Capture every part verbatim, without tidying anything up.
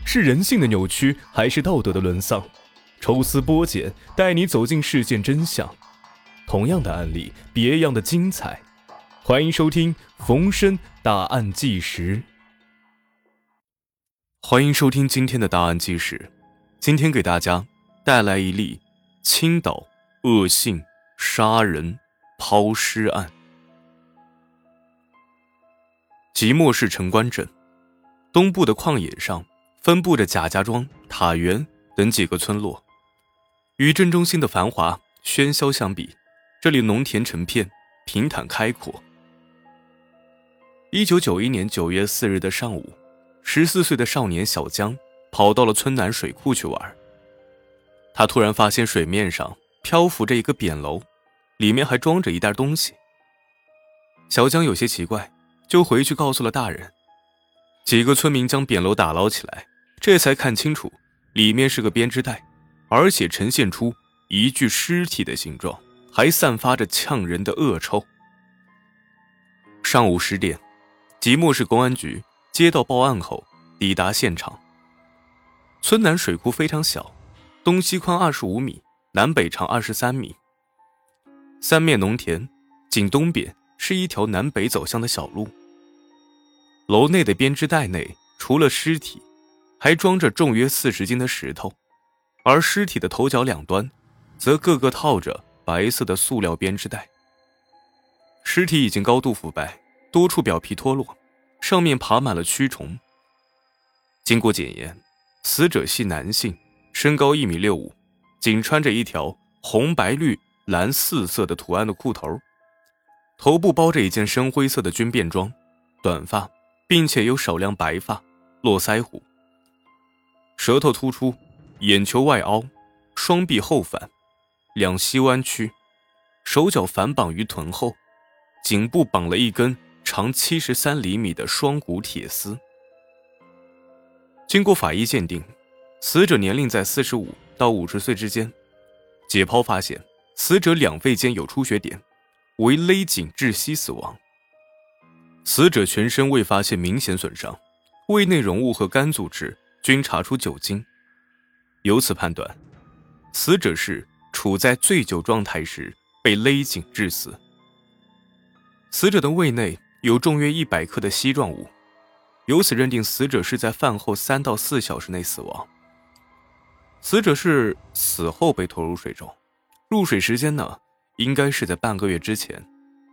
是人性的扭曲，还是道德的沦丧？抽丝剥茧，带你走进事件真相。同样的案例，别样的精彩。欢迎收听冯生大案纪实。欢迎收听今天的大案纪实。今天给大家带来一例青岛恶性杀人抛尸案。即墨市城关镇东部的旷野上分布着贾家庄、塔园等几个村落，与镇中心的繁华喧嚣相比，这里农田成片，平坦开阔。一九九一年九月四日的上午，十四岁的少年小江跑到了村南水库去玩。他突然发现水面上漂浮着一个扁篓，里面还装着一袋东西。小江有些奇怪，就回去告诉了大人。几个村民将扁篓打捞起来，这才看清楚里面是个编织袋，而且呈现出一具尸体的形状，还散发着呛人的恶臭。上午十点，即墨市公安局接到报案后抵达现场。村南水库非常小，东西宽二十五米，南北长二十三米。三面农田，仅东边是一条南北走向的小路。楼内的编织袋内除了尸体，还装着重约四十斤的石头，而尸体的头脚两端则各个套着白色的塑料编织袋。尸体已经高度腐败，多处表皮脱落，上面爬满了蛆虫。经过检验，死者系男性，身高一米六五，仅穿着一条红白绿蓝四色的图案的裤头，头部包着一件深灰色的军便装，短发，并且有少量白发，络腮胡。舌头突出，眼球外凹，双臂后反，两膝弯曲，手脚反绑于臀后，颈部绑了一根长七十三厘米的双股铁丝。经过法医鉴定，死者年龄在四十五到五十岁之间。解剖发现，死者两肺间有出血点，为勒颈窒息死亡。死者全身未发现明显损伤，胃内容物和肝组织均查出酒精。由此判断，死者是处在醉酒状态时被勒颈致死。死者的胃内有重约一百克的稀状物，由此认定死者是在饭后三到四小时内死亡。死者是死后被拖入水中，入水时间呢，应该是在半个月之前。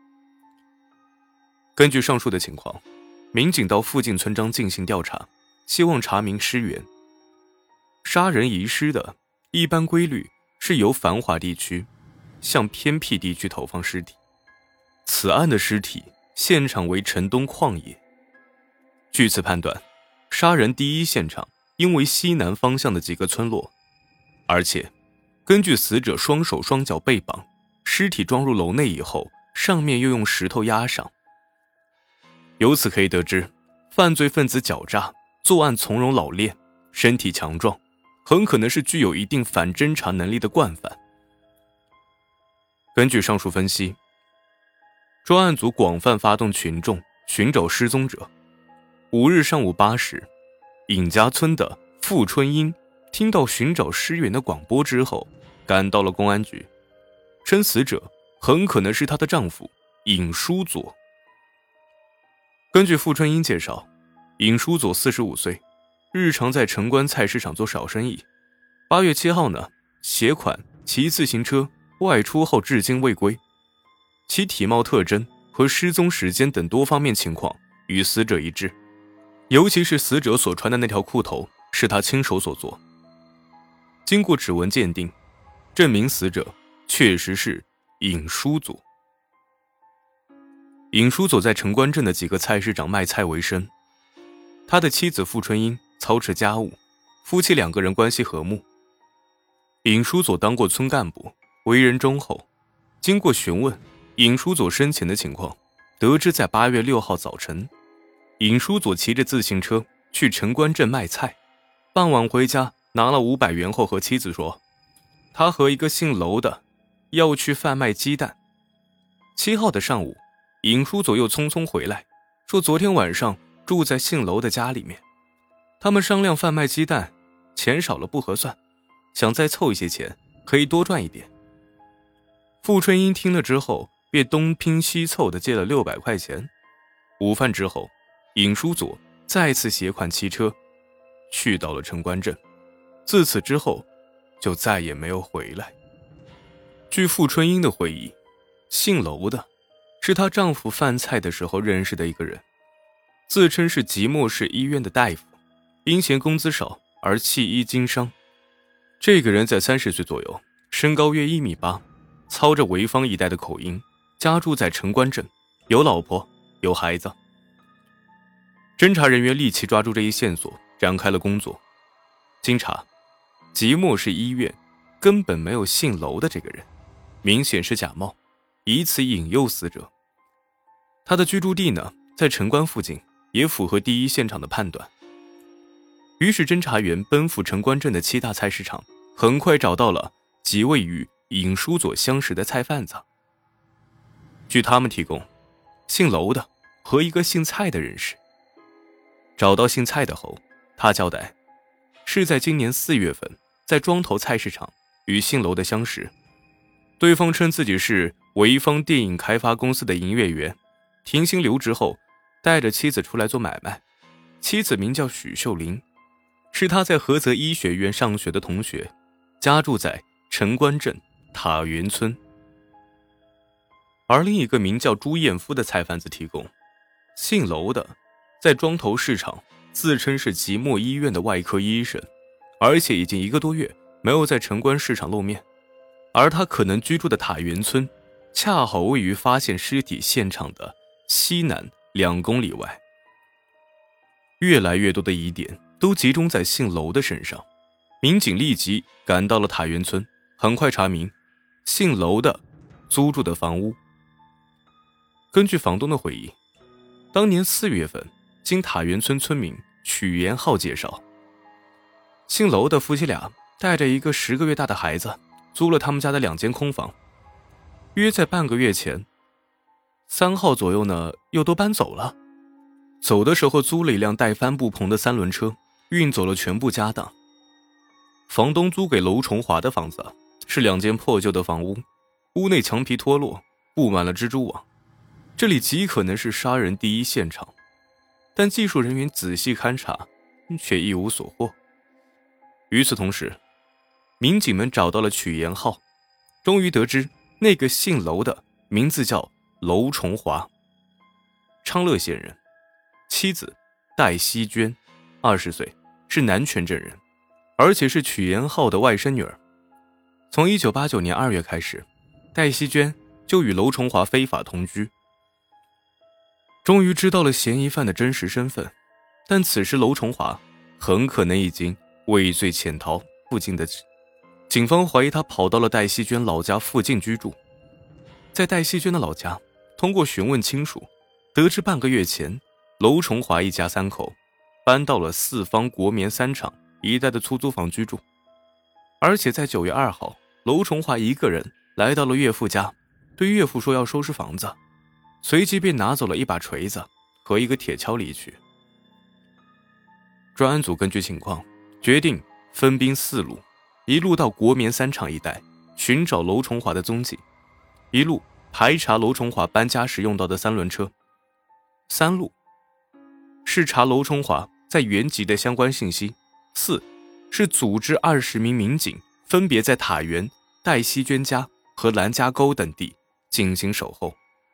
根据上述的情况，民警到附近村庄进行调查，希望查明尸源。杀人遗失的一般规律是由繁华地区向偏僻地区投放尸体。此案的尸体现场为城东旷野，据此判断，杀人第一现场应为西南方向的几个村落，而且根据死者双手双脚被绑，尸体装入楼内以后，上面又用石头压上。由此可以得知，犯罪分子狡诈，作案从容老练，身体强壮，很可能是具有一定反侦查能力的惯犯。根据上述分析，专案组广泛发动群众寻找失踪者。五日上午八时，尹家村的傅春英听到寻找尸源的广播之后，赶到了公安局，称死者很可能是她的丈夫尹书佐。根据傅春英介绍，尹书佐四十五岁，日常在城关菜市场做小生意。八月七号呢，携款骑自行车外出后至今未归，其体貌特征和失踪时间等多方面情况与死者一致，尤其是死者所穿的那条裤头是他亲手所做。经过指纹鉴定，证明死者确实是尹书佐。尹书佐在城关镇的几个菜市场卖菜为生，他的妻子傅春英操持家务，夫妻两个人关系和睦。尹书佐当过村干部，为人忠厚。经过询问尹书佐生前的情况，得知在八月六号早晨，尹书佐骑着自行车去城关镇卖菜，傍晚回家拿了五百元后和妻子说，他和一个姓娄的要去贩卖鸡蛋。七号的上午，尹书佐又匆匆回来，说昨天晚上住在姓娄的家里面。 他们商量贩卖鸡蛋，钱少了不合算，想再凑一些钱，可以多赚一点。傅春英听了之后，便东拼西凑的借了六百块钱。午饭之后，尹书佐再次携款骑车去到了城关镇，自此之后就再也没有回来。据傅春英的回忆，姓娄的是她丈夫饭菜的时候认识的一个人，自称是即墨市医院的大夫，因嫌工资少而弃医经商。这个人在三十岁左右，身高约一米八，操着潍坊一带的口音，家住在城关镇，有老婆有孩子。侦查人员立即抓住这一线索，展开了工作。经查，即墨市医院根本没有姓娄的这个人，明显是假冒，以此引诱死者。他的居住地呢，在城关附近，也符合第一现场的判断。于是侦查员奔赴城关镇的七大菜市场，很快找到了几位与尹书佐相识的菜贩子。据他们提供，姓娄的和一个姓蔡的人士。找到姓蔡的后，他交代是在今年四月份在庄头菜市场与姓娄的相识。对方称自己是潍坊电影开发公司的营业员，停薪留职后带着妻子出来做买卖。妻子名叫许秀玲，是他在菏泽医学院上学的同学，家住在城关镇塔园村。而另一个名叫朱彦夫的菜贩子提供，姓娄的在庄头市场自称是即墨医院的外科医生，而且已经一个多月没有在城关市场露面，而他可能居住的塔园村恰好位于发现尸体现场的西南两公里外。越来越多的疑点都集中在姓娄的身上，民警立即赶到了塔园村，很快查明姓娄的租住的房屋。根据房东的回忆，当年四月份经塔园村村民曲延浩介绍，姓娄的夫妻俩带着一个十个月大的孩子租了他们家的两间空房，约在半个月前三号左右呢又都搬走了。走的时候租了一辆带帆布棚的三轮车，运走了全部家当。房东租给娄崇华的房子是两间破旧的房屋，屋内墙皮脱落，布满了蜘蛛网，这里极可能是杀人第一现场。但技术人员仔细勘察，却一无所获。与此同时，民警们找到了曲延浩，终于得知那个姓娄的名字叫娄崇华，昌乐县人，妻子戴希娟，二十岁，是南泉镇人，而且是曲延浩的外甥女儿。从一九八九年二月开始，戴希娟就与娄崇华非法同居。终于知道了嫌疑犯的真实身份，但此时娄崇华很可能已经畏罪潜逃不经得起。警方怀疑他跑到了戴希娟老家附近居住。在戴希娟的老家，通过询问亲属，得知半个月前娄崇华一家三口搬到了四方国棉三厂一带的出租房居住。而且在九月二号，娄崇华一个人来到了岳父家，对岳父说要收拾房子，随即便拿走了一把锤子和一个铁锹离去。专案组根据情况决定分兵四路，一路到国棉三厂一带寻找娄崇华的踪迹，一路排查娄崇华搬家时用到的三轮车。三路是查娄崇华在原籍的相关信息，四是组织二十名民警分别在塔园、戴希娟家和兰家沟等地进行守候。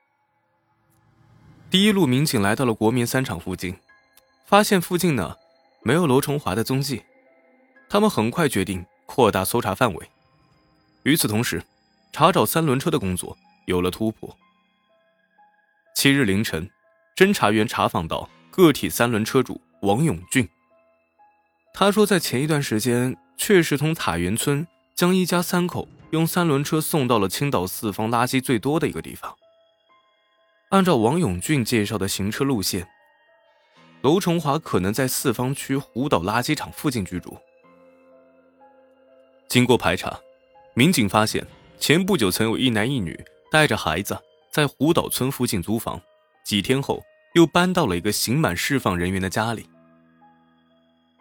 第一路民警来到了国棉三厂附近，发现附近呢没有娄崇华的踪迹，他们很快决定扩大搜查范围。与此同时，查找三轮车的工作有了突破。七日凌晨，侦查员查访到个体三轮车主王永俊。他说在前一段时间确实从塔园村将一家三口用三轮车送到了青岛四方垃圾最多的一个地方。按照王永俊介绍的行车路线，娄崇华可能在四方区湖岛垃圾场附近居住。经过排查，民警发现前不久曾有一男一女带着孩子在湖岛村附近租房，几天后又搬到了一个刑满释放人员的家里。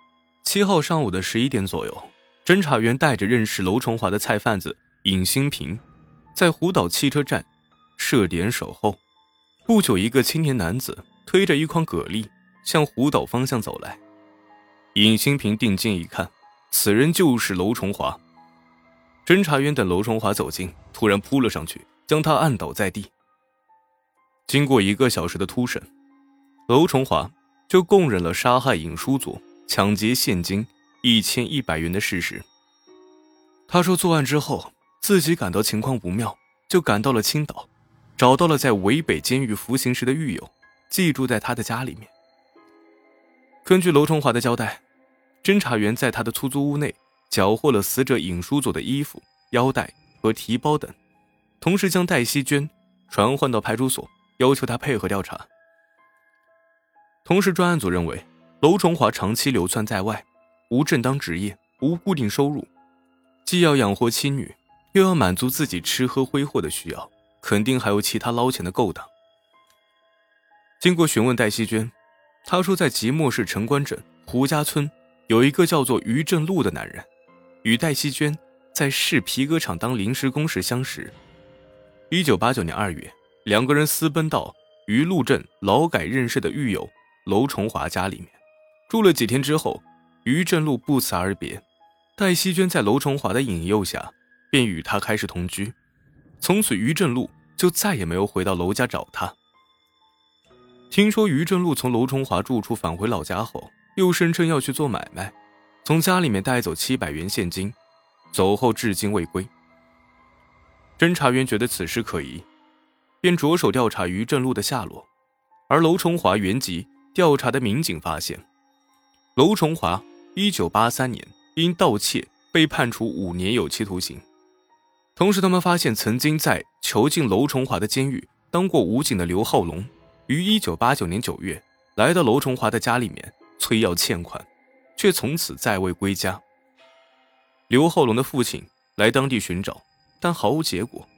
七号上午的十一点左右，侦查员带着认识娄崇华的菜贩子尹新平，在湖岛汽车站设点守候。不久，一个青年男子推着一筐蛤蜊向湖岛方向走来。尹新平定睛一看，此人就是娄崇华。侦查员等娄崇华走近，突然扑了上去，将他按倒在地。经过一个小时的突审，娄崇华就供认了杀害尹书佐、抢劫现金一千一百元的事实。他说作案之后，自己感到情况不妙，就赶到了青岛，找到了在伪北监狱服刑时的狱友，寄住在他的家里面。根据娄崇华的交代，侦查员在他的出租屋内缴获了死者尹书佐的衣服、腰带和提包等，同时将戴希娟传唤到派出所，要求他配合调查。同时专案组认为，娄崇华长期流窜在外，无正当职业，无固定收入，既要养活妻女，又要满足自己吃喝挥霍的需要，肯定还有其他捞钱的勾当。经过询问戴希娟，他说在即墨市城关镇胡家村有一个叫做于正禄的男人，与戴希娟在市皮革厂当临时工时相识。一九八九年二月，两个人私奔到于路镇劳改认识的狱友娄崇华家里面，住了几天之后，于正禄不辞而别。戴希娟在娄崇华的引诱下，便与他开始同居。从此于正禄就再也没有回到娄家找他。听说于正禄从娄崇华住处返回老家后，又声称要去做买卖，从家里面带走七百元现金，走后至今未归。侦查员觉得此事可疑，便着手调查于正禄的下落。而娄崇华原籍调查的民警发现，娄崇华一九八三年因盗窃被判处五年有期徒刑。同时他们发现曾经在囚禁娄崇华的监狱当过武警的刘浩龙，于一九八九年九月来到娄崇华的家里面催要欠款，却从此再未归家。刘浩龙的父亲来当地寻找，但毫无结果。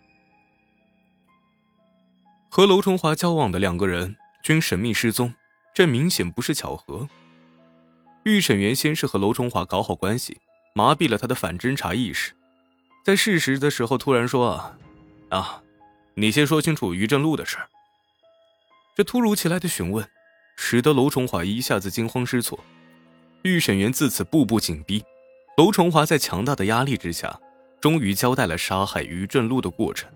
和娄崇华交往的两个人均神秘失踪，这明显不是巧合。预审员先是和娄崇华搞好关系，麻痹了他的反侦查意识，在事实的时候突然说啊啊，你先说清楚于正禄的事。这突如其来的询问使得娄崇华一下子惊慌失措，预审员自此步步紧逼。娄崇华在强大的压力之下，终于交代了杀害于正禄的过程。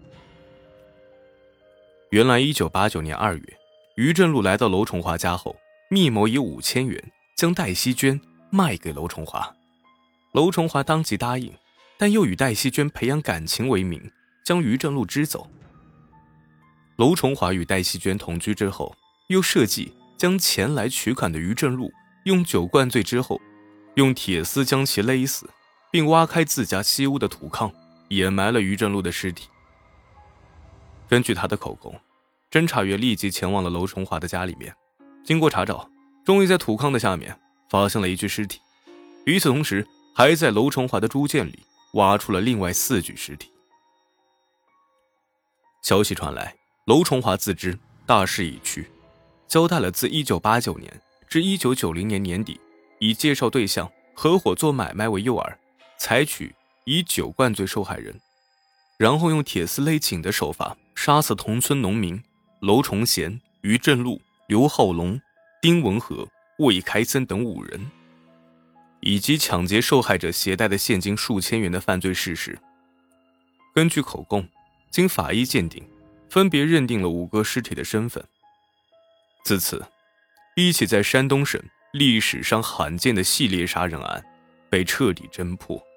原来一九八九年二月，于正禄来到娄崇华家后，密谋以五千元将戴希娟卖给娄崇华。娄崇华当即答应，但又与戴希娟培养感情为名，将于正禄支走。娄崇华与戴希娟同居之后，又设计将前来取款的于正禄用酒灌醉之后，用铁丝将其勒死，并挖开自家西屋的土炕，掩埋了于正禄的尸体。根据他的口供，侦查员立即前往了娄崇华的家里面，经过查找，终于在土炕的下面发现了一具尸体。与此同时，还在娄崇华的猪圈里挖出了另外四具尸体。消息传来，娄崇华自知大势已去，交代了自一九八九年至一九九零年年底，以介绍对象合伙做买卖为诱饵，采取以酒灌醉受害人，然后用铁丝勒颈的手法杀死同村农民娄崇贤、于正禄、刘浩龙、丁文和、魏开森等五人，以及抢劫受害者携带的现金数千元的犯罪事实。根据口供，经法医鉴定，分别认定了五个尸体的身份。自此，一起在山东省历史上罕见的系列杀人案被彻底侦破。